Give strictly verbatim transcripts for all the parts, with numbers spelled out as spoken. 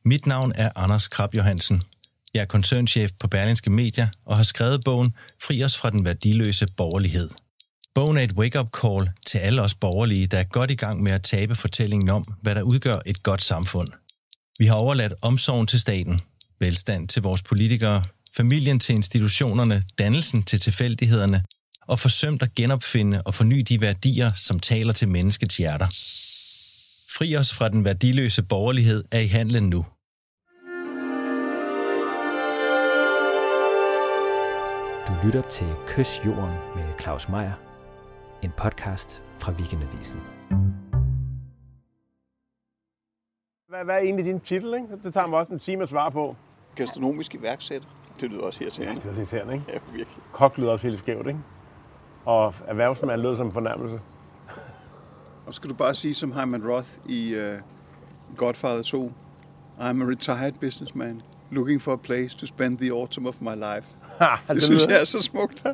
Mit navn er Anders Krab Johansen. Jeg er koncernchef på Berlingske Media og har skrevet bogen Fri os fra den værdiløse borgerlighed. Bogen er et wake-up call til alle os borgerlige, der er godt i gang med at tabe fortællingen om, hvad der udgør et godt samfund. Vi har overladt omsorgen til staten, velstand til vores politikere, familien til institutionerne, dannelsen til tilfældighederne og forsømt at genopfinde og forny de værdier, som taler til menneskets hjerter. Fri os fra den værdiløse borgerlighed er i handlen nu. Du lytter til Kys Jorden med Claus Meyer, en podcast fra Weekendavisen. Hvad, hvad er egentlig din titel, ikke? Det tager mig også en time at svare på. Gastronomisk iværksætter. Det lyder også irriterende. Det er også irriterende, ikke? Ja, virkelig. Kok lyder også helt skævt, ikke? Og erhvervsmand lyder som en fornærmelse. Og skal du bare sige som Hyman Roth i uh, Godfather to. I'm a retired businessman looking for a place to spend the autumn of my life. Ha, det, det synes lyder... jeg er så smukt.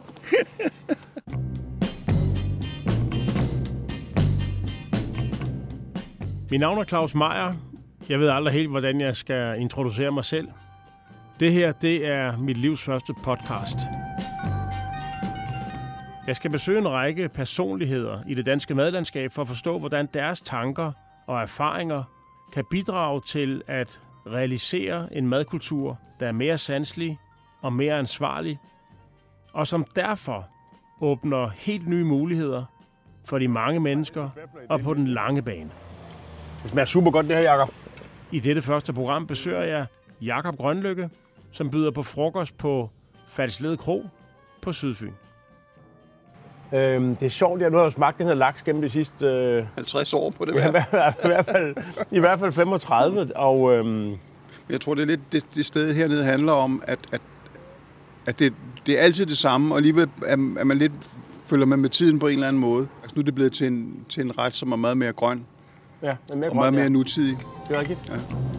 Mit navn er Claus Meyer. Jeg ved aldrig helt, hvordan jeg skal introducere mig selv. Det her, det er mit livs første podcast. Jeg skal besøge en række personligheder i det danske madlandskab for at forstå, hvordan deres tanker og erfaringer kan bidrage til at realisere en madkultur, der er mere sanselig og mere ansvarlig, og som derfor åbner helt nye muligheder for de mange mennesker og på den lange bane. Det smager super godt, det her, Jacob. I dette første program besøger jeg Jacob Grønlykke, som byder på frokost på Falsled Kro på Sydfyn. Øhm, det er sjovt, at nu har jo smagt den her laks gennem de sidste... Øh, halvtreds år på det ja, i, hvert fald, I hvert fald femogtredive, og... Øhm, jeg tror, det er lidt det, det sted hernede handler om, at, at, at det, det er altid det samme, og alligevel er, er man lidt, følger man med tiden på en eller anden måde. Altså, nu er det blevet til en, til en ret, som er meget mere grøn. Ja, den er mere og grøn, meget mere ja. nutidig. Det er rigtigt. Ja.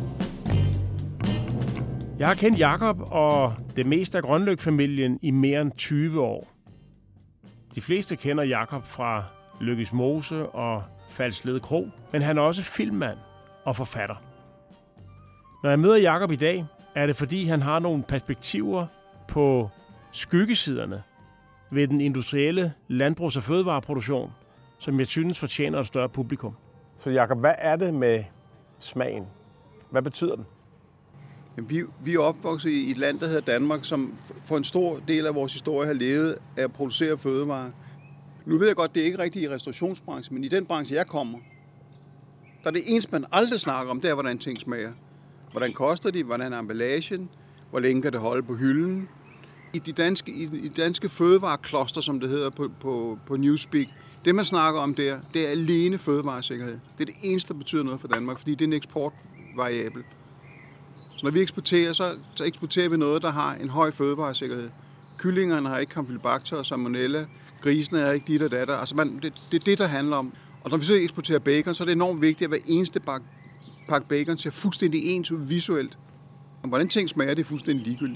Jeg har kendt Jacob og det meste af Grønlykke-familien i mere end tyve år. De fleste kender Jacob fra Løkkes Mose og Falsled Kro, men han er også filmmand og forfatter. Når jeg møder Jacob i dag, er det fordi han har nogle perspektiver på skyggesiderne ved den industrielle landbrugs- og fødevareproduktion, som jeg synes fortjener et større publikum. Så Jacob, hvad er det med smagen? Hvad betyder den? Vi, vi er opvokset i et land, der hedder Danmark, som for en stor del af vores historie har levet af at producere fødevarer. Nu ved jeg godt, det er ikke rigtigt i restaurationsbranchen, men i den branche, jeg kommer, der er det eneste, man aldrig snakker om, det er, hvordan ting smager. Hvordan koster de? Hvordan er emballagen? Hvor længe kan det holde på hylden? I de danske, i de danske fødevarekloster, som det hedder på, på, på Newspeak, det man snakker om der, det er alene fødevaresikkerhed. Det er det eneste, der betyder noget for Danmark, fordi det er en eksportvariabel. Så når vi eksporterer, så, så eksporterer vi noget, der har en høj fødevaresikkerhed. Kyllingerne har ikke Campylobacter og Salmonella. Grisene har ikke dit og datter. Altså man, det, det er det, der handler om. Og når vi så eksporterer bacon, så er det enormt vigtigt, at hver eneste pakke pakke bacon ser fuldstændig ens ud visuelt. Og hvordan ting smager, det er fuldstændig ligegyldigt.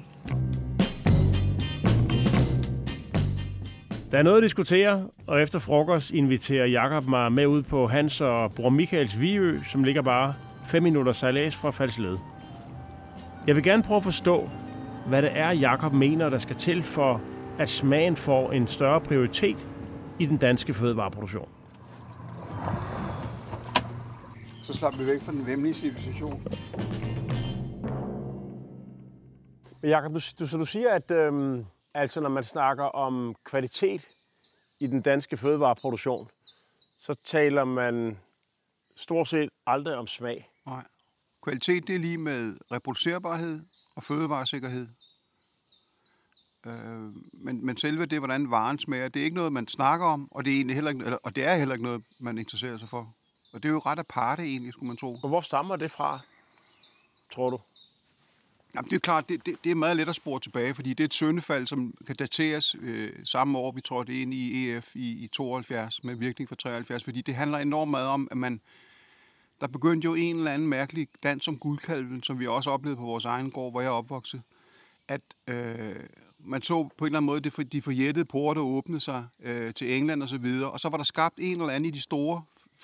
Der er noget at diskutere, og efter frokost inviterer Jacob mig med ud på hans og bror Michaels Viø, som ligger bare fem minutter sejlads fra Falsled. Jeg vil gerne prøve at forstå, hvad det er, Jacob mener, der skal til for, at smagen får en større prioritet i den danske fødevareproduktion. Så slapper vi væk fra den vemmelige civilisation. Men Jacob, du, du, så du siger, at øhm, altså, når man snakker om kvalitet i den danske fødevareproduktion, så taler man stort set aldrig om smag. Nej. Kvalitet, det er lige med reproducerbarhed og fødevaresikkerhed. Øh, men, men selve det, hvordan varen smager, det er ikke noget, man snakker om, og det er, egentlig heller ikke, eller, og det er heller ikke noget, man interesserer sig for. Og det er jo ret aparte egentlig, skulle man tro. Og hvor stammer det fra, tror du? Jamen, det er klart, det, det, det er meget let at spore tilbage, fordi det er et syndefald, som kan dateres øh, samme år, vi tror, det er ind i E F i, i tooghalvfjerds, med virkning fra treoghalvfjerds, fordi det handler enormt meget om, at man, der begyndte jo en eller anden mærkelig dans om guldkalven, som vi også oplevede på vores egen gård, hvor jeg er opvokset, at øh, man så på en eller anden måde, det, de forjættede porte åbnede sig øh, til England og så videre, og så var der skabt en eller anden i de store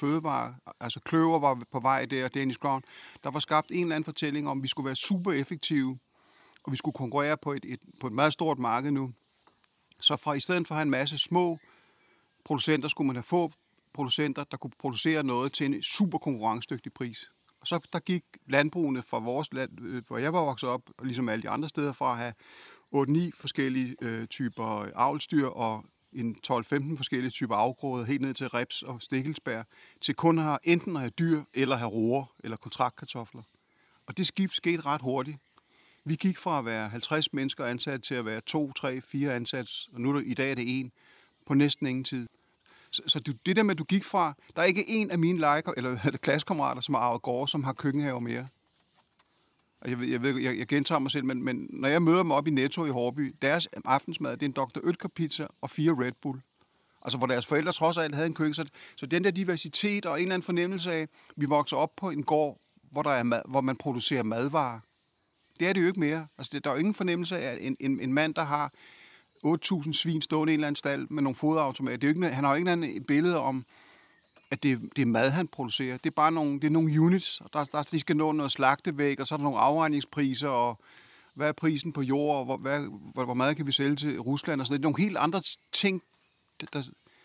fødevare, altså Kløver var på vej der, Danish Crown, der var skabt en eller anden fortælling om, at vi skulle være super effektive, og vi skulle konkurrere på et, et, på et meget stort marked nu. Så fra i stedet for at have en masse små producenter, skulle man have få producenter, der kunne producere noget til en super konkurrencedygtig pris. Og så der gik landbrugene fra vores land, hvor jeg var vokset op, og ligesom alle de andre steder, fra at have otte ni forskellige øh, typer avlsdyr og en tolv femten forskellige typer afgrøder, helt ned til reps og stikkelsbær, til kun at have enten at have dyr, eller have roer, eller kontraktkartofler. Og det skift skete ret hurtigt. Vi gik fra at være halvtreds mennesker ansat til at være to, tre, fire ansat, og nu i dag er det en, på næsten ingen tid. Så, så det der med, at du gik fra, der er ikke en af mine leger, eller klassekammerater, som har arvet gårde, som har køkkenhave mere. Og jeg, jeg, ved, jeg, jeg gentager mig selv, men, men når jeg møder dem op i Netto i Hårby, deres aftensmad, det er en doktor Oetker pizza og fire Red Bull. Altså hvor deres forældre trods alt havde en køkken. Så, så den der diversitet og en eller anden fornemmelse af, vi vokser op på en gård, hvor, der er mad, hvor man producerer madvarer. Det er det jo ikke mere. Altså, det, der er jo ingen fornemmelse af en, en, en mand, der har otte tusind svin stående i en eller anden stald med nogle foderautomater. Det er jo ikke, han har jo ikke andet billede om, at det, det er mad, han producerer. Det er bare nogle, det er nogle units, og der, der de skal nå noget slagtevæg, og så er der nogle afregningspriser, og hvad er prisen på jord, og hvor, hvad, hvor, hvor meget kan vi sælge til Rusland, og sådan noget. Det er nogle helt andre ting, der...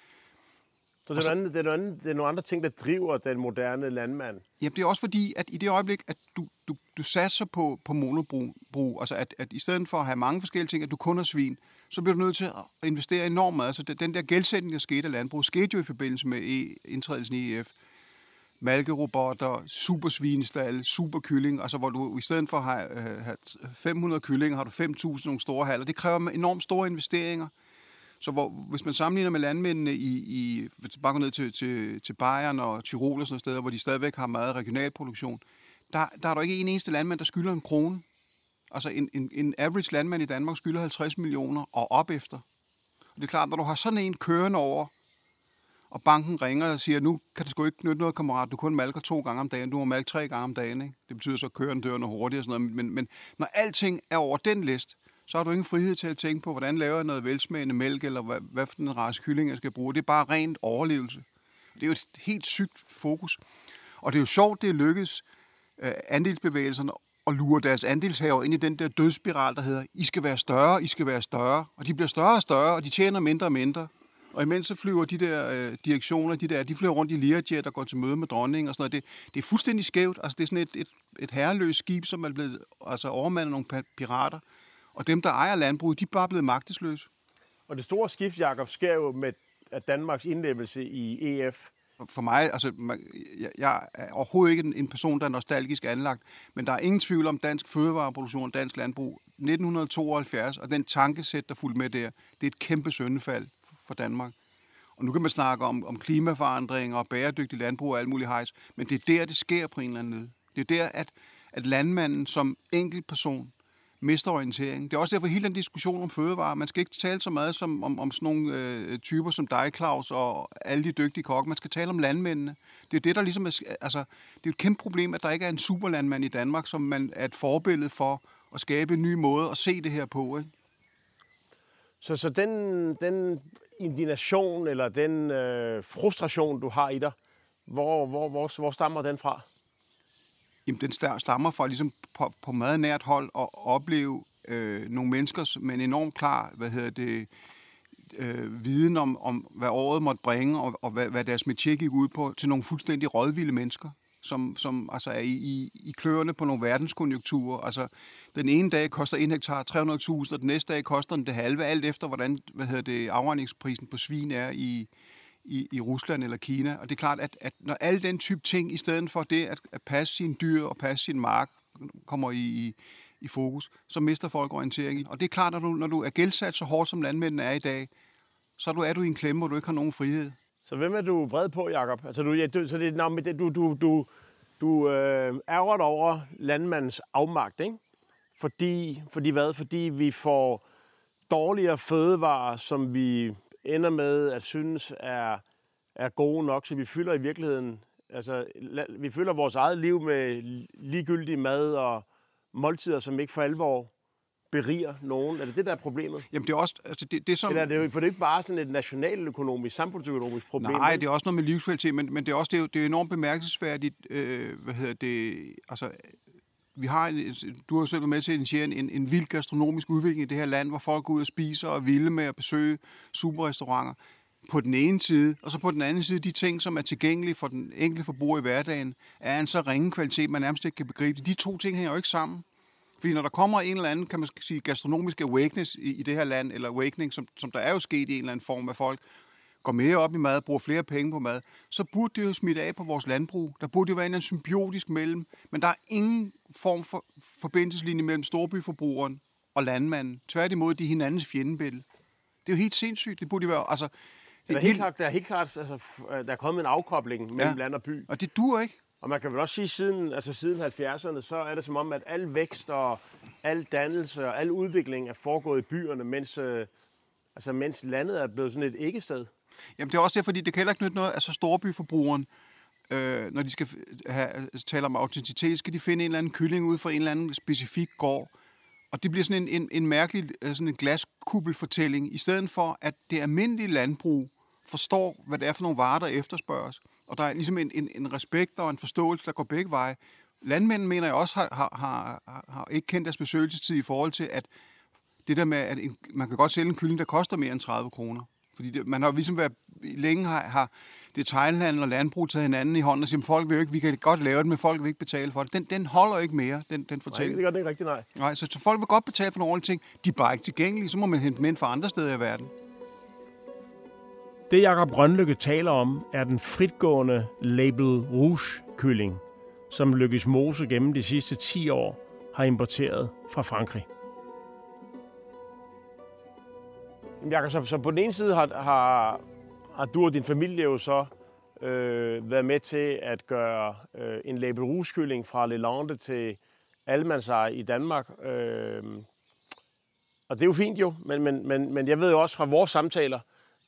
Så det er, andet, det, er andet, det er nogle andre ting, der driver den moderne landmand? Jamen, det er også fordi, at i det øjeblik, at du, du, du satser på, på monobrug, altså at, at i stedet for at have mange forskellige ting, at du kun har svin, så bliver du nødt til at investere enormt meget. Altså den der gældsætning, der skete af landbrug, skete jo i forbindelse med indtrædelsen i E F. Malkerobotter, supersvinestal, superkylling, altså hvor du i stedet for at have, have fem hundrede kyllinger, har du fem tusind nogle store haller. Det kræver enormt store investeringer. Så hvor, hvis man sammenligner med landmændene i, i bare går ned til, til, til Bayern og Tyrol og sådan steder, hvor de stadigvæk har meget regionalproduktion, der, der er der ikke en eneste landmand, der skylder en krone. Altså en, en, en average landmand i Danmark skylder halvtreds millioner og op efter. Og det er klart, når du har sådan en kørende over, og banken ringer og siger, nu kan det sgu ikke nytte noget, kammerat, du kun malker to gange om dagen, du må malke tre gange om dagen, ikke? Det betyder så, at køren dør noget hurtigt og sådan noget, men, men når alting er over den liste, så har du ingen frihed til at tænke på, hvordan laver jeg noget velsmagende mælk, eller hvad, hvad for en race kylling, jeg skal bruge. Det er bare rent overlevelse. Det er jo et helt sygt fokus. Og det er jo sjovt, det er lykkedes uh, andelsbevægelserne at lure deres andelshaver ind i den der dødsspiral, der hedder, I skal være større, I skal være større. Og de bliver større og større, og de tjener mindre og mindre. Og imens så flyver de der uh, direktioner, de der, de flyver rundt i Learjet, der går til møde med dronningen og sådan noget. Det, det er fuldstændig skævt. Altså det er sådan et, et, et herreløst skib, som er blevet altså, overmandet af nogle pirater. Og dem, der ejer landbruget, de er bare blevet magtesløse. Og det store skift, Jakob, sker jo med Danmarks indlemmelse i E F. For mig, altså, jeg er overhovedet ikke en person, der er nostalgisk anlagt, men der er ingen tvivl om dansk fødevareproduktion, dansk landbrug. nitten tooghalvfjerds, og den tankesæt, der fulgte med der, det er et kæmpe syndefald for Danmark. Og nu kan man snakke om, om klimaforandringer og bæredygtig landbrug og alt muligt hejs, men det er der, det sker på en eller anden led. Det er der, at, at landmanden som enkelt person mister orientering. Det er også derfor hele den diskussion om fødevarer. Man skal ikke tale så meget som, om, om sådan nogle øh, typer som dig, Claus, og alle de dygtige kokke. Man skal tale om landmændene. Det er det, der ligesom er, altså, det er et kæmpe problem, at der ikke er en superlandmand i Danmark, som man er et forbillede for at skabe en ny måde at se det her på. Ikke? Så, så den, den indignation eller den øh, frustration, du har i dig, hvor, hvor, hvor, hvor stammer den fra? Jamen, den stammer fra ligesom på, på meget nært hold at opleve øh, nogle mennesker med en enormt klar, hvad hedder det, øh, viden om, om, hvad året måtte bringe, og, og hvad, hvad deres métier gik ud på, til nogle fuldstændig rådvilde mennesker, som, som altså er i, i, i kløerne på nogle verdenskonjunkturer. Altså, den ene dag koster en hektar tre hundrede tusind, og den næste dag koster den det halve, alt efter, hvordan hvad hedder det, afregningsprisen på svin er i I, i Rusland eller Kina. Og det er klart, at, at når alle den type ting, i stedet for det at, at passe sine dyr og passe sin mark, kommer i, i, i fokus, så mister folk orientering. Og det er klart, at når du, når du er gældsat så hårdt, som landmændene er i dag, så er du, er du i en klemme, hvor du ikke har nogen frihed. Så hvem er du vred på, Jakob? Altså, du, ja, du, så det, no, du, du, du, du øh, ærger dig over landmandens afmagt, ikke? Fordi, fordi hvad? Fordi vi får dårligere fødevarer, som vi ender med at synes er, er gode nok, så vi fylder i virkeligheden, altså vi fylder vores eget liv med ligegyldig mad og måltider, som ikke for alvor beriger nogen? Er det det, der er problemet? Jamen det er også... Altså det, det som... Eller er det jo, for det er ikke bare sådan et nationaløkonomisk, samfundsøkonomisk problem? Nej, det er også noget med livskvalitet, men, men det er også det er, det er enormt bemærkelsesværdigt, øh, hvad hedder det... Altså, vi har, du har jo selv været med til at initiere en, en vild gastronomisk udvikling i det her land, hvor folk går ud og spiser og er vilde med at besøge superrestauranter på den ene side, og så på den anden side, de ting, som er tilgængelige for den enkelte forbruger i hverdagen, er en så ringe kvalitet, man nærmest ikke kan begribe det. De to ting hænger jo ikke sammen. Fordi når der kommer en eller anden, kan man sige, gastronomisk awakeness i, i det her land, eller awakening, som, som der er jo sket i en eller anden form, at folk går mere op i mad, bruger flere penge på mad, så burde det jo smitte af på vores landbrug. Der burde jo være en eller anden symbiotisk mellem, men der er ingen form for forbindelseslinje mellem storbyforbrugeren og landmanden. Tværtimod, de er hinandens fjendebillede. Det er jo helt sindssygt. Det burde jo være... Altså, det er, er helt klart, der er helt klart, altså, der er kommet en afkobling mellem ja. land og by. Og det dur ikke. Og man kan vel også sige, siden, altså siden halvfjerdserne, så er det som om, at al vækst og al dannelse og al udvikling er foregået i byerne, mens, øh, altså, mens landet er blevet sådan et ikke-sted. Jamen det er også det, fordi det kan heller ikke nytte noget, altså storbyforbrugeren, øh, når de skal have, altså, tale om autenticitet, skal de finde en eller anden kylling ud fra en eller anden specifik gård. Og det bliver sådan en, en, en mærkelig sådan en glaskuppelfortælling, i stedet for, at det almindelige landbrug forstår, hvad det er for nogle varer, der efterspørges. Og der er ligesom en, en, en respekt og en forståelse, der går begge veje. Landmændene, mener jeg også, har, har, har, har ikke kendt deres besøgelsestid i forhold til, at det der med, at en, man kan godt sælge en kylling, der koster mere end tredive kroner. Fordi det, man har ligesom været, længe har, har detailhandel og landbrug taget hinanden i hånden og siger, folk vil jo ikke, vi kan godt lave det, men folk vil ikke betale for det. Den, den holder ikke mere, den, den fortælling. Nej, det gør det ikke rigtigt, nej. Nej, så, så folk vil godt betale for nogle ordentlige ting. De er bare ikke tilgængelige, så må man hente dem ind fra andre steder i verden. Det Jakob Grønlykke taler om, er den fritgående Label Rouge-kylling, som Lykkes Mose gennem de sidste ti år har importeret fra Frankrig. Jakob, så, så på den ene side har, har, har du og din familie jo så øh, været med til at gøre øh, en Label Rouge-kylling fra Lelande til allemandseje i Danmark. Øh, og det er jo fint jo, men, men, men, men jeg ved jo også fra vores samtaler,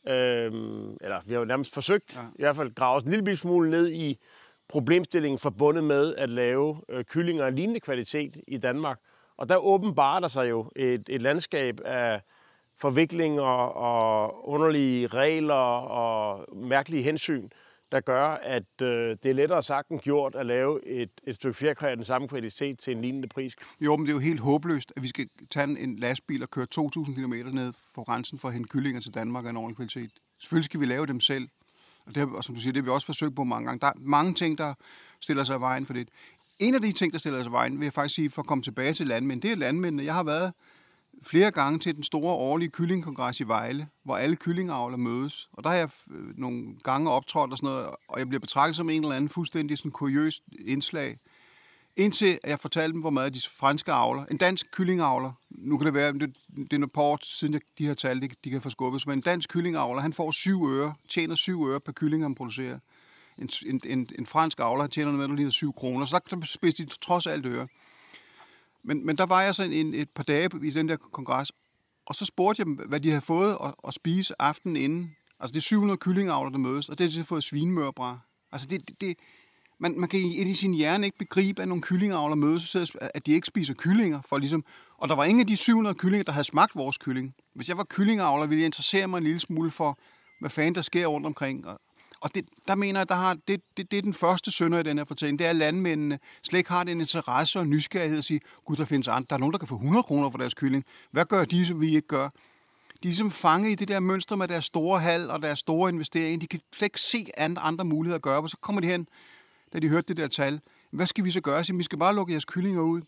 Øhm, eller vi har jo nærmest forsøgt, ja. i hvert fald grave os en lille smule ned i problemstillingen forbundet med at lave øh, kyllinger af lignende kvalitet i Danmark. Og der åbenbarer der sig jo et, et landskab af forviklinger og underlige regler og mærkelige hensyn, der gør, at øh, det er lettere sagt end gjort at lave et, et stykke fjerkræ af den samme kvalitet til en lignende pris. Jo, men det er jo helt håbløst, at vi skal tage en lastbil og køre to tusind kilometer ned på grænsen for at hente kyllinger til Danmark af en ordentlig kvalitet. Selvfølgelig skal vi lave dem selv, og, det har, og som du siger, det har vi også forsøgt på mange gange. Der er mange ting, der stiller sig i vejen for det. En af de ting, der stiller sig i vejen, vil jeg faktisk sige, for at komme tilbage til landmænd, det er landmændene. Jeg har været flere gange til den store årlige kyllingkongres i Vejle, hvor alle kyllingavlere mødes. Og der har jeg nogle gange optrådt og sådan noget, og jeg bliver betragtet som en eller anden fuldstændig sådan kuriøst indslag. Indtil jeg fortalte dem, hvor meget de franske avler, en dansk kyllingavler, nu kan det være, det, det er et par år siden de her tal, de, de kan få skubbet, men en dansk kyllingavler, han får syv øre, tjener syv øre per kylling, han producerer. En, en, en, en fransk avler, han tjener noget med, der ligner syv kroner, så der, der spidser de trods alt øre. Men, men der var jeg så en, et par dage i den der kongres, og så spurgte jeg dem, hvad de havde fået at, at spise aftenen inden. Altså det er syv hundrede kyllingavler, der mødes, og det har de fået svinemørbræ. Altså det, det, det, man, man kan i sin hjerne ikke begribe, at nogle kyllingavler mødes, at de ikke spiser kyllinger. For ligesom, og der var ingen af de syv hundrede kyllinger, der havde smagt vores kylling. Hvis jeg var kyllingavler, ville jeg interessere mig en lille smule for, hvad fanden der sker rundt omkring. Og, Og det, der mener jeg, der har, det, det, det er den første synder i den her fortælling. Det er, at landmændene slet ikke har den interesse og nysgerrighed at sige, gud, der findes andre. Der er nogen, der kan få hundrede kroner for deres kylling. Hvad gør de, som vi ikke gør? De er ligesom fanget i det der mønster med deres store hal og deres store investering. De kan slet ikke se andre muligheder at gøre. Og så kommer de hen, da de hørte det der tal. Hvad skal vi så gøre? Så vi skal bare lukke jeres kyllinger ud.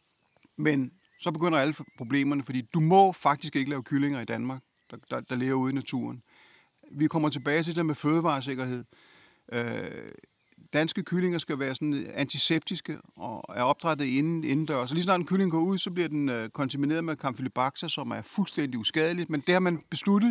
Men så begynder alle problemerne, fordi du må faktisk ikke lave kyllinger i Danmark, der, der, der lever ude i naturen. Vi kommer tilbage til det med fødevaresikkerhed. Øh, danske kyllinger skal være sådan antiseptiske og er opdrættet inden, indendørs. Så lige snart en kylling går ud, så bliver den øh, kontamineret med Campylobacter, som er fuldstændig uskadeligt. Men det har man besluttet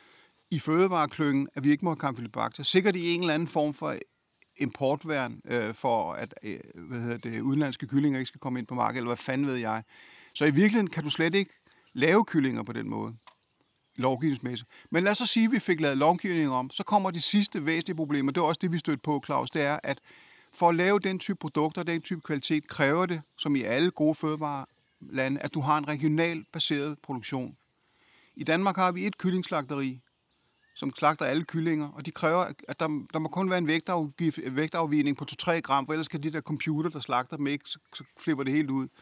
i fødevareklyngen, at vi ikke må have Campylobacter. Sikkert i en eller anden form for importværn, øh, for at øh, hvad hedder det, udenlandske kyllinger ikke skal komme ind på markedet, eller hvad fanden ved jeg. Så i virkeligheden kan du slet ikke lave kyllinger på den måde, lovgivningsmæssigt. Men lad os så sige, at vi fik lavet lovgivning om, så kommer de sidste væsentlige problemer. Det er også det, vi stødte på, Claus. Det er, at for at lave den type produkter, den type kvalitet, kræver det, som i alle gode fødevarer, lande, at du har en regionalt baseret produktion. I Danmark har vi et kyllingeslagteri, som slagter alle kyllinger, og de kræver, at der, der må kun være en vægtafvigning på to til tre gram, for ellers kan de der computer, der slagter dem ikke, så, så flipper det helt ud.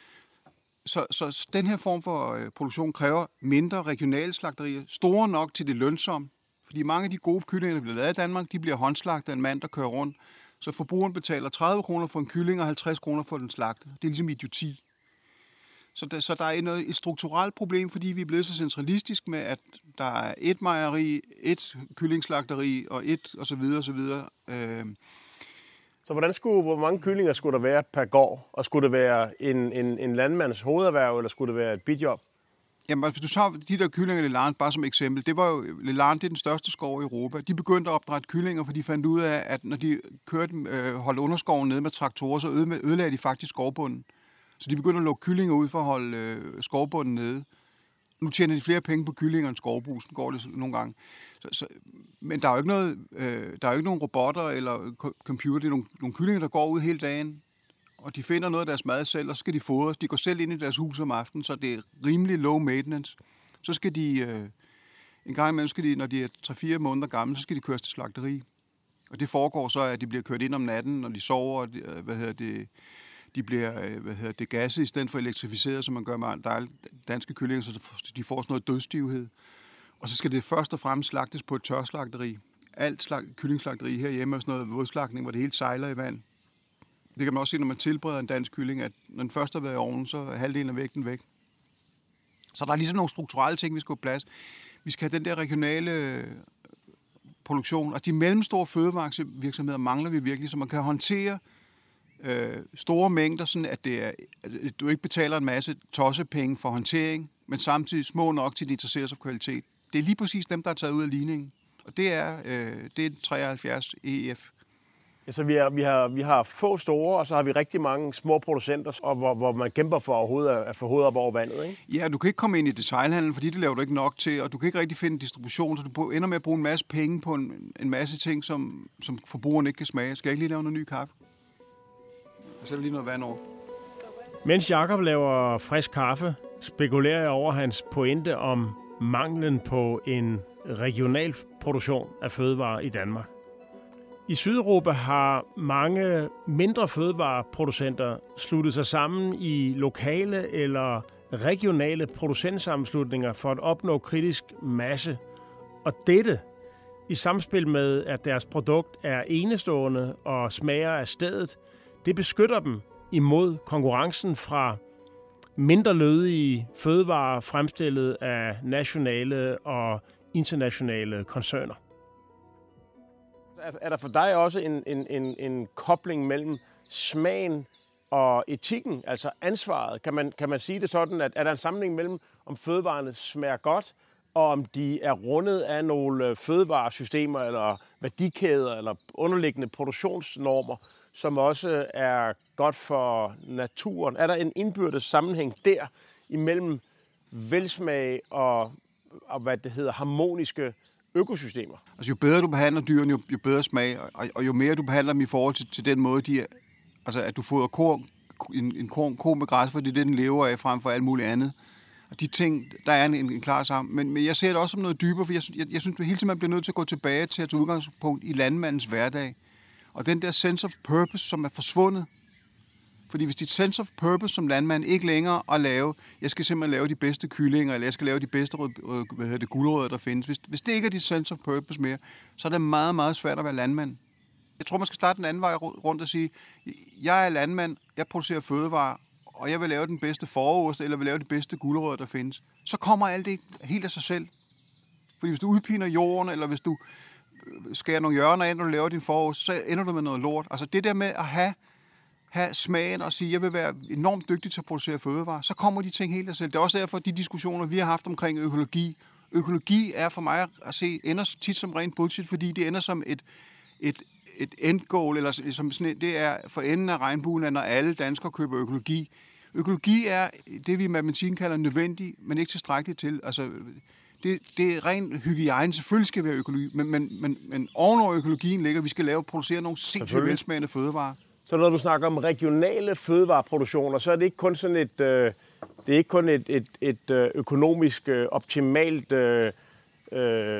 Så, så den her form for øh, produktion kræver mindre regionale slagterier, store nok til det lønsomme, fordi mange af de gode kyllinger, der bliver lavet i Danmark, de bliver håndslagtet af en mand, der kører rundt, så forbrugeren betaler tredive kroner for en kylling og halvtreds kroner for den slagtet. Det er ligesom idioti. Så der, så der er noget, et strukturelt problem, fordi vi er blevet så centralistisk med, at der er et mejeri, et kyllingslagteri og et og så videre og så videre. Øh. Så hvordan skulle, hvor mange kyllinger skulle der være per gård? Og skulle det være en, en, en landmands hovederhverv, eller skulle det være et bidjob? Jamen, hvis du tager de der kyllinger i Leland bare som eksempel, det var jo, Leland, det er den største skov i Europa. De begyndte at opdrætte kyllinger, for de fandt ud af, at når de kørte, øh, holdt underskoven nede med traktorer, så ødelagde de faktisk skovbunden. Så de begyndte at lukke kyllinger ud for at holde øh, skovbunden nede. Nu tjener de flere penge på kyllinger end skovbrug, sådan går det nogle gange. Så, så, men der er jo ikke noget, øh, der er jo ikke nogen robotter eller computer, det er nogle, nogle kyllinger, der går ud hele dagen, og de finder noget af deres mad selv, og så skal de fodres. De går selv ind i deres hus om aftenen, så det er rimelig low maintenance. Så skal de, øh, en gang imellem skal de, når de er tre fire måneder gamle, så skal de køres til slagteri. Og det foregår så, at de bliver kørt ind om natten, når de sover, og de, hvad hedder det, de bliver hvad hedder det, gasset i stedet for elektrificeret, som man gør med danske kyllinger, så de får sådan noget dødsstivhed. Og så skal det først og fremmest slagtes på et tørslagteri. Alt slag, kyllingslagteri herhjemme er sådan noget vådslagtning, hvor det hele sejler i vand. Det kan man også se, når man tilbereder en dansk kylling, at når den først har været i ovnen, så er halvdelen af vægten væk. Så der er ligesom nogle strukturelle ting, vi skal have plads. Vi skal have den der regionale produktion, og de mellemstore fødevarevirksomheder mangler vi virkelig, så man kan håndtere øh, store mængder, sådan at, det er, at du ikke betaler en masse tossepenge for håndtering, men samtidig små nok til, at de interesserer sig for kvalitet. Det er lige præcis dem, der er taget ud af ligningen, og det er, øh, det er treoghalvfjerds E F. Altså, vi, er, vi, har, vi har få store, og så har vi rigtig mange små producenter, og hvor, hvor man kæmper for overhovedet at få hovedet op over vandet, ikke? Ja, du kan ikke komme ind i detailhandlen, fordi det laver du ikke nok til, og du kan ikke rigtig finde distribution, så du ender med at bruge en masse penge på en, en masse ting, som, som forbrugeren ikke kan smage. Skal jeg ikke lige lave noget ny kaffe? Jeg sætter lige noget vand over. Mens Jakob laver frisk kaffe, spekulerer jeg over hans pointe om manglen på en regional produktion af fødevarer i Danmark. I Sydeuropa har mange mindre fødevareproducenter sluttet sig sammen i lokale eller regionale producentsammenslutninger for at opnå kritisk masse. Og dette i samspil med, at deres produkt er enestående og smager af stedet, det beskytter dem imod konkurrencen fra mindre lødige fødevarer fremstillet af nationale og internationale koncerner. Er der for dig også en, en, en, en kobling mellem smagen og etikken, altså ansvaret? Kan man, kan man sige det sådan, at er der en sammenhæng mellem, om fødevarene smager godt, og om de er rundet af nogle fødevaresystemer, eller værdikæder, eller underliggende produktionsnormer, som også er godt for naturen? Er der en indbyrdes sammenhæng der imellem velsmag og, og hvad det hedder, harmoniske økosystemer? Altså jo bedre du behandler dyrene, jo, jo bedre smag, og, og jo mere du behandler dem i forhold til, til den måde, de er, altså at du fodrer ko, en, en ko, ko med græs, for det er det, den lever af, frem for alt muligt andet. Og de ting, der er en, en klar sammen. Men, men jeg ser det også som noget dybere, for jeg, jeg, jeg synes, at hele tiden man bliver nødt til at gå tilbage til at tage udgangspunkt i landmandens hverdag. Og den der sense of purpose, som er forsvundet. Fordi hvis dit sense of purpose som landmand ikke længere at lave, jeg skal simpelthen lave de bedste kyllinger, eller jeg skal lave de bedste hvad hedder det, gulerødder, der findes. Hvis, hvis det ikke er dit sense of purpose mere, så er det meget, meget svært at være landmand. Jeg tror, man skal starte den anden vej rundt og sige, jeg er landmand, jeg producerer fødevarer, og jeg vil lave den bedste fåreost, eller vil lave de bedste gulerødder, der findes. Så kommer alt det helt af sig selv. Fordi hvis du udpiner jorden, eller hvis du skærer nogle hjørner ind, og du laver din fåreost, så ender du med noget lort. Altså det der med at have have smagen og sige, at jeg vil være enormt dygtig til at producere fødevarer, så kommer de ting helt af selv. Det er også derfor, de diskussioner, vi har haft omkring økologi. Økologi er for mig at se, ender tit som rent bullshit, fordi det ender som et, et, et end goal, eller som sådan, det er for enden af regnbuen, når alle danskere køber økologi. Økologi er det, vi i matematikken kalder nødvendigt, men ikke tilstrækkeligt til. Altså, det, det er ren hygiejne. Selvfølgelig skal vi have økologi, men, men, men, men ovenover økologien ligger, vi skal lave producere nogle sindssygt velsmagende fødevarer. Så når du snakker om regionale fødevareproduktioner, så er det ikke kun sådan et, øh, det er ikke kun et, et, et økonomisk øh, optimalt øh, øh,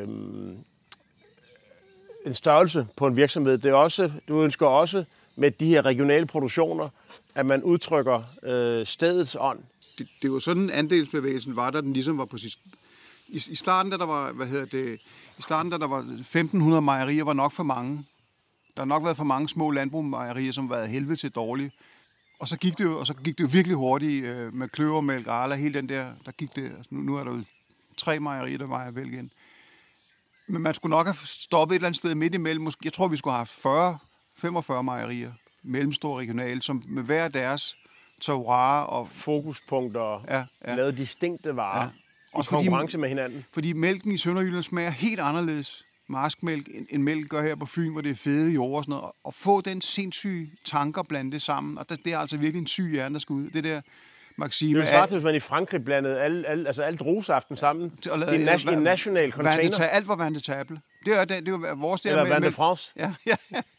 en størrelse på en virksomhed. Det er også, du ønsker også med de her regionale produktioner, at man udtrykker øh, stedets ånd. Det, det var sådan, andelsbevægelsen var, da den ligesom var på sit... I, i starten, da der var, hvad hedder det, i starten, da der var femten hundrede mejerier, var nok for mange. Der har nok været for mange små landbrugmejerier, som har været helvede til dårlige. Og så gik det jo, og så gik det jo virkelig hurtigt øh, med kløvermælk, Arla, hele den der, der gik det, altså nu, nu er der jo tre mejerier, der vejer vel igen. Men man skulle nok have stoppet et eller andet sted midt imellem. Jeg tror, vi skulle have haft fyrre, femogfyrre mejerier, mellemstore regionale, som med hver deres terroir og fokuspunkter, ja, ja. Lavet distinkte varer, ja. Og konkurrence fordi, med hinanden. Fordi mælken i Sønderjylland smager helt anderledes, marskmælk, end mælk gør her på Fyn, hvor det er fede jord og sådan noget. Og få den sindssyge tanker blandt det sammen, og det er altså virkelig en syg hjerne, der skal ud. Det der Maxime... Det er jo til, hvis man i Frankrig blandede alle, alle, altså alt rusaften sammen i en nation, national container. Tage, alt var vand til table. Det er det, det var vores der eller vand til France. Ja, ja.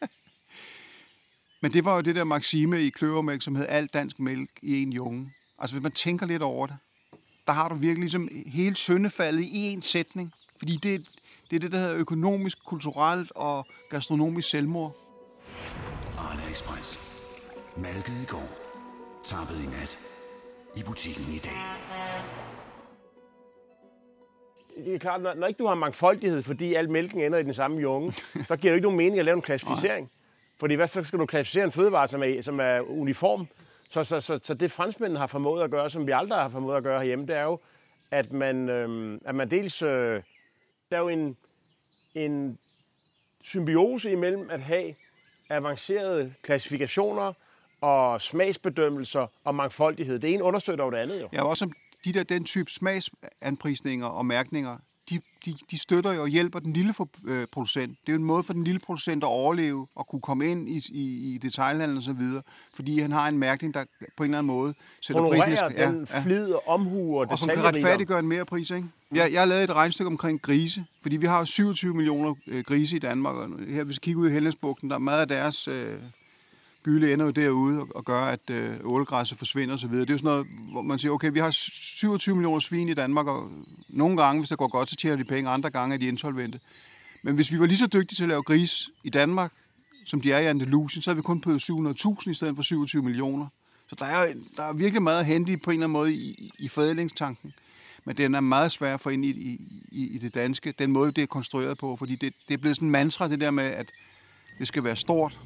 Men det var jo det der Maxime i kløvermælk, som hed alt dansk mælk i en junge. Altså hvis man tænker lidt over det, der har du virkelig ligesom hele syndefaldet i en sætning. Fordi det, det er det, der hedder økonomisk, kulturelt og gastronomisk selvmord. Arla Express. Malket i går. Tappet i nat. I butikken i dag. Det er klart, når, når ikke du har mangfoldighed, fordi al mælken ender i den samme junge, så giver det ikke nogen mening at lave en klassificering. Nej. Fordi hvad så skal du klassificere en fødevare, som er, som er uniform? Så, så, så, så det franskmændene har formået at gøre, som vi aldrig har formået at gøre herhjemme, det er jo, at man, øh, at man dels... Øh, der er jo en, en symbiose imellem at have avancerede klassifikationer og smagsbedømmelser og mangfoldighed. Det ene understøtter jo det andet jo. Ja, også de der, den type smagsanprisninger og mærkninger, de, de, de støtter jo og hjælper den lille for, øh, producent. Det er jo en måde for den lille producent at overleve og kunne komme ind i, i, i detailhandlen og så videre, fordi han har en mærkning, der på en eller anden måde sætter prisen. Ja, den ja, flid og omhu og og som kan retfærdiggøre en mere pris, ikke? Jeg, jeg har lavet et regnestykke omkring grise, fordi vi har jo syvogtyve millioner øh, grise i Danmark, og her hvis vi kigger ud i Hellendsbugten, der er meget af deres øh, gylde ender jo derude og, og gør, at øh, ålegræsset forsvinder og så videre. Det er jo sådan noget, hvor man siger, okay, vi har syvogtyve millioner svin i Danmark, og nogle gange, hvis det går godt, så tjener de penge, andre gange er de insolvente. Men hvis vi var lige så dygtige til at lave gris i Danmark, som de er i Andalusien, så har vi kun på syv hundrede tusind i stedet for syvogtyve millioner. Så der er, der er virkelig meget at hente på en eller anden måde i, i forædlingstanken. Men den er meget svær at få ind i, i, i det danske, den måde, det er konstrueret på, fordi det, det er blevet sådan en mantra, det der med, at det skal være stort.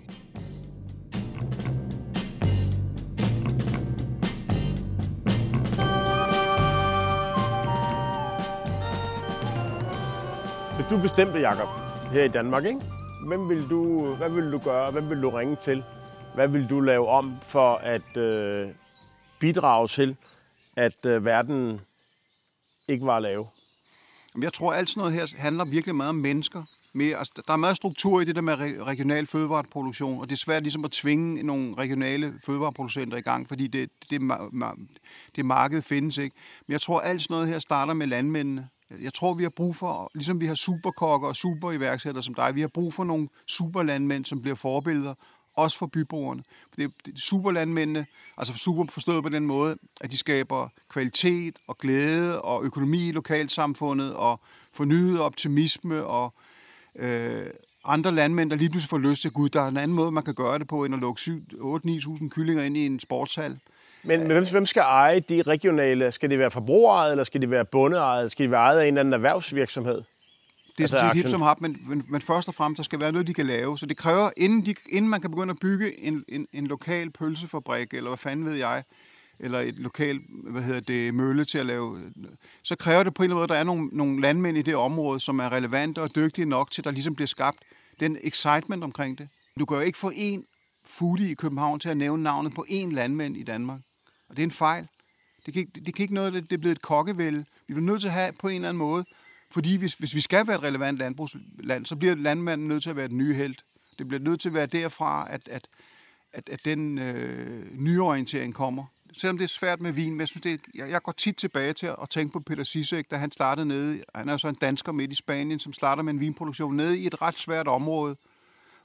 Hvis du bestemte, Jacob, her i Danmark, ikke? Hvem vil du, hvad vil du gøre? Hvem vil du ringe til? Hvad vil du lave om for at øh, bidrage til, at øh, verden ikke var lave? Jeg tror, at alt sådan noget her handler virkelig meget om mennesker. Mere, altså, der er meget struktur i det der med regional fødevareproduktion, og det er svært ligesom at tvinge nogle regionale fødevareproducenter i gang, fordi det, det, det marked findes ikke. Men jeg tror, at alt sådan noget her starter med landmændene. Jeg tror, vi har brug for, ligesom vi har superkokker og superiværksættere som dig, vi har brug for nogle superlandmænd, som bliver forbilleder, også for byboerne. For det, det, superlandmændene, altså super forstået på den måde, at de skaber kvalitet og glæde og økonomi i lokalsamfundet og fornyet optimisme og øh, andre landmænd, der lige pludselig får lyst til, gud, der er en anden måde, man kan gøre det på, end at lukke otte til ni tusind kyllinger ind i en sportshal. Men, men hvem skal eje de regionale? Skal det være forbrugerejet, eller skal det være bondeejet? Skal det være ejet af en eller anden erhvervsvirksomhed? Det er altså, et hip som har, men, men, men først og fremmest, der skal være noget, de kan lave. Så det kræver, inden, de, inden man kan begynde at bygge en, en, en lokal pølsefabrik, eller hvad fanden ved jeg, eller et lokal, hvad hedder det, mølle til at lave, så kræver det på en eller anden måde, at der er nogle, nogle landmænd i det område, som er relevante og dygtige nok til, at der ligesom bliver skabt den excitement omkring det. Du kan jo ikke få en foodie i København til at nævne navnet på én landmænd i Danmark. Og det er en fejl. Det kan ikke, det kan ikke noget, det er blevet et kokkevælde. Vi bliver nødt til at have på en eller anden måde, fordi hvis, hvis vi skal være et relevant landbrugsland, så bliver landmanden nødt til at være den nye helt. Det bliver nødt til at være derfra, at, at, at, at den øh, nyorientering kommer. Selvom det er svært med vin, men jeg synes, det er, jeg, jeg går tit tilbage til at tænke på Peter Sisek, da han startede nede, han er jo så en dansker midt i Spanien, som starter med en vinproduktion nede i et ret svært område,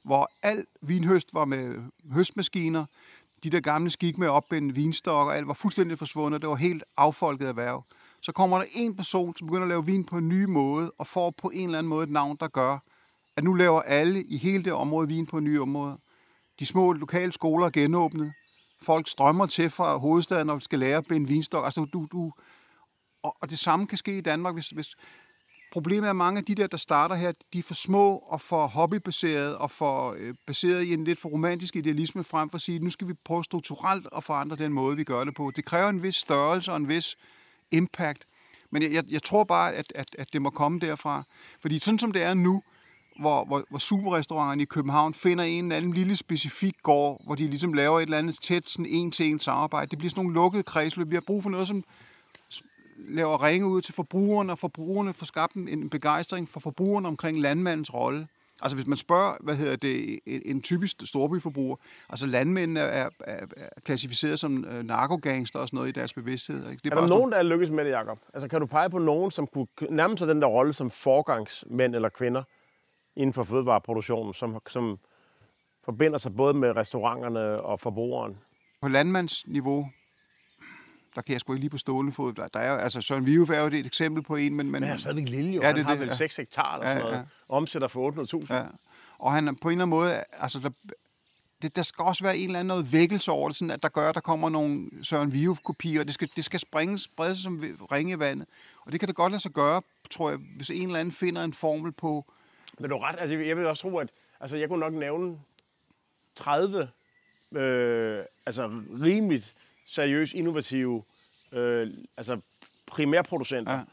hvor al vinhøst var med høstmaskiner, de der gamle skik med at opbinde vinstok og alt var fuldstændig forsvundet. Det var helt affolket erhverv. Så kommer der en person, som begynder at lave vin på en ny måde, og får på en eller anden måde et navn, der gør, at nu laver alle i hele det område vin på en ny område. De små lokale skoler er genåbnet. Folk strømmer til fra hovedstaden og skal lære at binde vinstok. Altså, du, du, og, og det samme kan ske i Danmark, hvis, hvis problemet er, at mange af de der, der starter her, de er for små og for hobbybaserede og for øh, baseret i en lidt for romantisk idealisme frem for at sige, at nu skal vi prøve strukturelt at forandre den måde, vi gør det på. Det kræver en vis størrelse og en vis impact. Men jeg, jeg, jeg tror bare, at, at, at det må komme derfra. Fordi sådan som det er nu, hvor, hvor, hvor superrestauranterne i København finder en eller anden lille specifik gård, hvor de ligesom laver et eller andet tæt sådan en-til-en samarbejde. Det bliver sådan nogle lukkede kredsløb. Vi har brug for noget, som laver ringe ud til forbrugerne, og forbrugerne får skabt en begejstring for forbrugerne omkring landmandens rolle. Altså hvis man spørger, hvad hedder det, en, en typisk storbyforbruger, altså landmændene er, er, er klassificeret som øh, narkogangster og sådan noget i deres bevidsthed. Ikke? Det er, er der nogen, nogen, der er lykkes med det, Jacob? Altså kan du pege på nogen, som kunne nærme sig den der rolle som forgangsmænd eller kvinder inden for fødevareproduktionen, som, som forbinder sig både med restauranterne og forbrugeren? På landmandsniveau, der kan jeg sgu ikke lige på stående fod. Der, der er, altså Søren Viuf er jo et eksempel på en, men... Men, men han er stadigvæk lille jo. Ja, han det, har det, vel ja. seks hektar eller ja, sådan noget. Ja. Omsætter for otte hundrede tusind. Ja. Og han er på en eller anden måde... Altså, der, det, der skal også være en eller anden noget vækkelse over det, sådan at der gør, at der kommer nogle Søren Viuf-kopier. Det skal, det skal springe, sprede sig som ringe i vandet. Og det kan det godt lade sig gøre, tror jeg, hvis en eller anden finder en formel på... Men du er ret. Altså, jeg vil også tro, at... Altså, jeg kunne nok nævne tredive øh, altså rimeligt seriøst innovative øh, altså primærproducenter. Ja.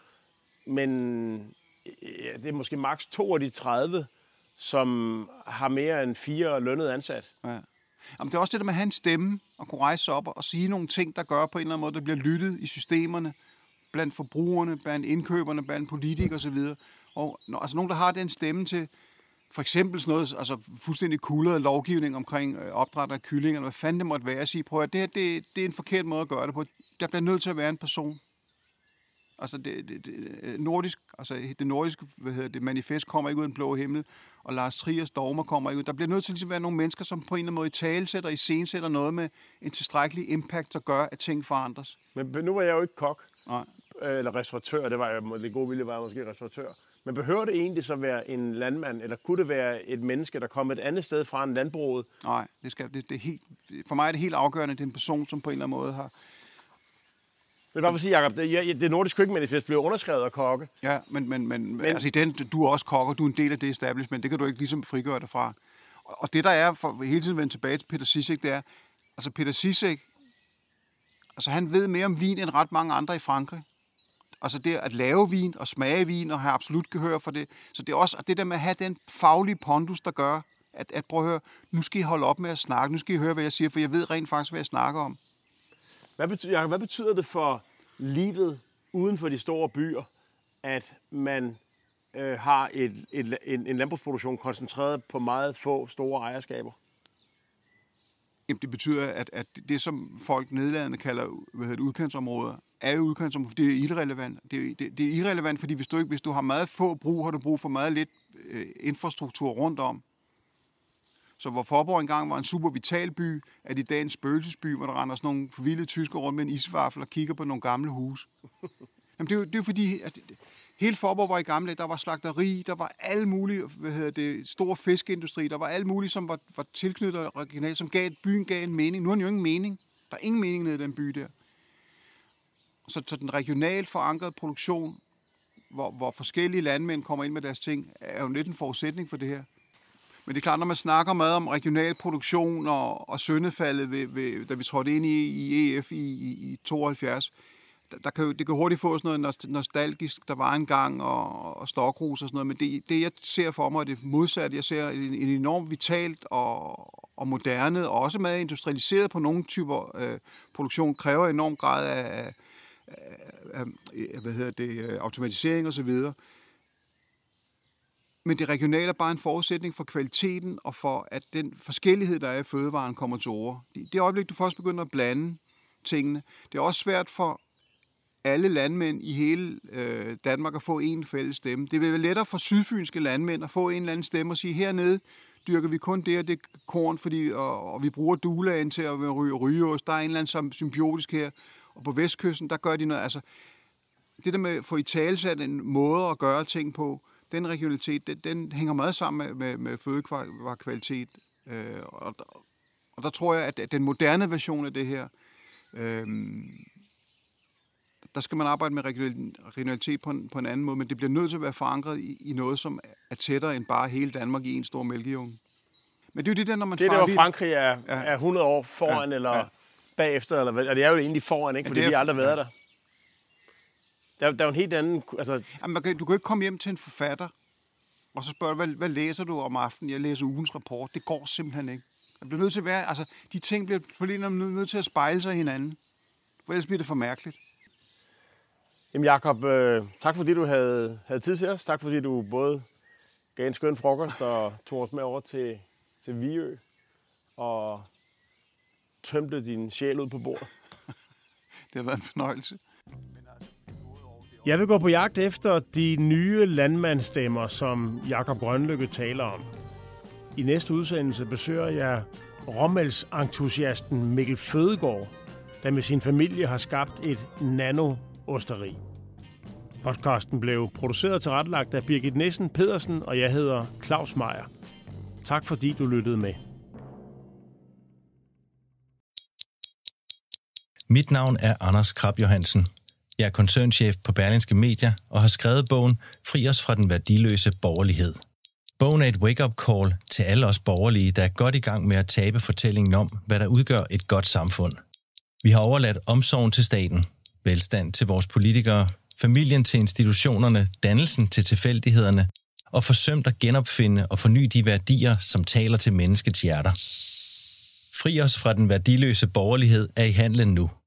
Men ja, det er måske maks to af de tredive, som har mere end fire lønnede ansat. Ja. Jamen, det er også det der med at have en stemme og kunne rejse sig op og sige nogle ting, der gør på en eller anden måde, der bliver lyttet i systemerne, blandt forbrugerne, blandt indkøberne, blandt politikere osv. Og altså nogen, der har den stemme til for eksempel sådan noget, altså fuldstændig kuleret lovgivning omkring øh, opdræt af kyllinger, hvad fanden det måtte være at sige, prøv at det her, det, det er en forkert måde at gøre det på. Der bliver nødt til at være en person. Altså det, det, det nordisk, altså det nordiske, hvad hedder det, manifest kommer ikke ud af en blå himmel, og Lars Triers dogmer kommer ikke ud. Der bliver nødt til at være nogle mennesker, som på en eller anden måde i talesætter, i scenesætter noget med en tilstrækkelig impact, der gør, at ting forandres. Men nu var jeg jo ikke kok. Nej. Eller restauratør, det var jeg, det gode vilje var jeg måske restauratør. Men behøver det egentlig så være en landmand, eller kunne det være et menneske, der kommer et andet sted fra en landbruget? Nej, det skal, det, det er helt, for mig er det helt afgørende, at det er en person, som på en eller anden måde har... Men bare for at sige, Jacob, det, det nordiske køkkenmanifest blev underskrevet af kokke. Ja, men, men, men, men altså i den, du er også kokker, du er en del af det establishment, det kan du ikke ligesom frigøre dig fra. Og, og det der er, for hele tiden vende tilbage til Peter Sisek, det er, altså Peter Sisek, altså han ved mere om vin end ret mange andre i Frankrig. Altså det at lave vin og smage vin og have absolut gehør for det. Så det er også det der med at have den faglige pondus, der gør, at, at prøve at høre, nu skal I holde op med at snakke, nu skal I høre, hvad jeg siger, for jeg ved rent faktisk, hvad jeg snakker om. Hvad betyder, Jacob, hvad betyder det for livet uden for de store byer, at man øh, har et, et, en, en landbrugsproduktion koncentreret på meget få store ejerskaber? Jamen, det betyder, at, at det, som folk nedladende kalder hvad hedder det, udkantsområder, er jo udkantsområder, det er irrelevant. Det er, det, det er irrelevant, fordi hvis du, ikke, hvis du har meget få brug, har du brug for meget lidt øh, infrastruktur rundt om. Så hvor Faaborg engang var en super vital by, er det i dag en spøgelsesby, hvor der render sådan nogle forvildede tyskere rundt med en isvaffel og kigger på nogle gamle huse. Jamen, det er jo, det er jo fordi, at hele Faaborg var i gamle dage, der var slagteri, der var alle mulige, hvad hedder det, store fiskeindustri, der var alle mulige, som var, var tilknyttet regionalt, som gav, byen gav en mening. Nu har den jo ingen mening. Der er ingen mening nede i den by der. Så, så den regionalt forankrede produktion, hvor, hvor forskellige landmænd kommer ind med deres ting, er jo lidt en forudsætning for det her. Men det er klart, når man snakker meget om regional produktion og, og syndefaldet, ved, ved, da vi trådte ind i, i E F i, i, i tooghalvfjerds, der, der kan jo, det kan hurtigt få sådan noget nostalgisk, der var engang, og, og stokros og sådan noget, men det, det jeg ser for mig, er det modsatte. Jeg ser en, en enormt vitalt og, og moderne, og også meget industrialiseret på nogle typer øh, produktion, kræver enorm grad af, af, af, af hvad hedder det, automatisering og så videre. Men det regionale er bare en forudsætning for kvaliteten og for, at den forskellighed, der er i fødevaren, kommer til ord. I det øjeblik, du først begynder at blande tingene, det er også svært for alle landmænd i hele øh, Danmark at få en fælles stemme. Det vil være lettere for sydfynske landmænd at få en eller anden stemme og sige, hernede, dyrker vi kun det og det korn, fordi, og, og vi bruger dulaen til at ryge rygeost. Der er en eller anden som symbiotisk her. Og på vestkysten, der gør de noget, altså det der med at få i talesat en måde at gøre ting på, den regionalitet, den, den hænger meget sammen med, med, med fødevarekvalitet. Øh, og, og der tror jeg, at den moderne version af det her, øh, der skal man arbejde med regionalitet på en, på en anden måde, men det bliver nødt til at være forankret i, i noget, som er tættere end bare hele Danmark i en stor mælkejunge. Men det er jo det der, når man... Det er der, hvor Frankrig er, ja. er hundrede år foran, ja. eller... Ja. bagefter, eller hvad? Og det er jo egentlig foran, ikke? Fordi ja, er, de har aldrig været ja. der. Der, der er jo en helt anden... Altså... Jamen, du kan ikke komme hjem til en forfatter, og så spørge, hvad, hvad læser du om aftenen? Jeg læser ugens rapport. Det går simpelthen ikke. Det bliver nødt til at være... Altså, de ting bliver på lige nødt til at spejle sig hinanden. For ellers bliver det for mærkeligt. Jamen, Jacob, øh, tak fordi du havde, havde tid til os. Tak fordi du både gav en skøn frokost og tog os med over til, til Viø. Og tømte din sjæl ud på bordet. Det har været en fornøjelse. Jeg vil gå på jagt efter de nye landmandsstemmer, som Jacob Grønlykke taler om. I næste udsendelse besøger jeg råmælksentusiasten Mikkel Fødegaard, der med sin familie har skabt et nano-osteri. Podcasten blev produceret og tilrettelagt af Birgit Nissen Pedersen, og jeg hedder Claus Meyer. Tak fordi du lyttede med. Mit navn er Anders Krab Johansen. Jeg er koncernchef på Berlingske Media og har skrevet bogen Fri os fra den værdiløse borgerlighed. Bogen er et wake-up call til alle os borgerlige, der er godt i gang med at tabe fortællingen om, hvad der udgør et godt samfund. Vi har overladt omsorgen til staten, velstand til vores politikere, familien til institutionerne, dannelsen til tilfældighederne og forsømt at genopfinde og forny de værdier, som taler til menneskets hjerter. Fri os fra den værdiløse borgerlighed er i handlen nu.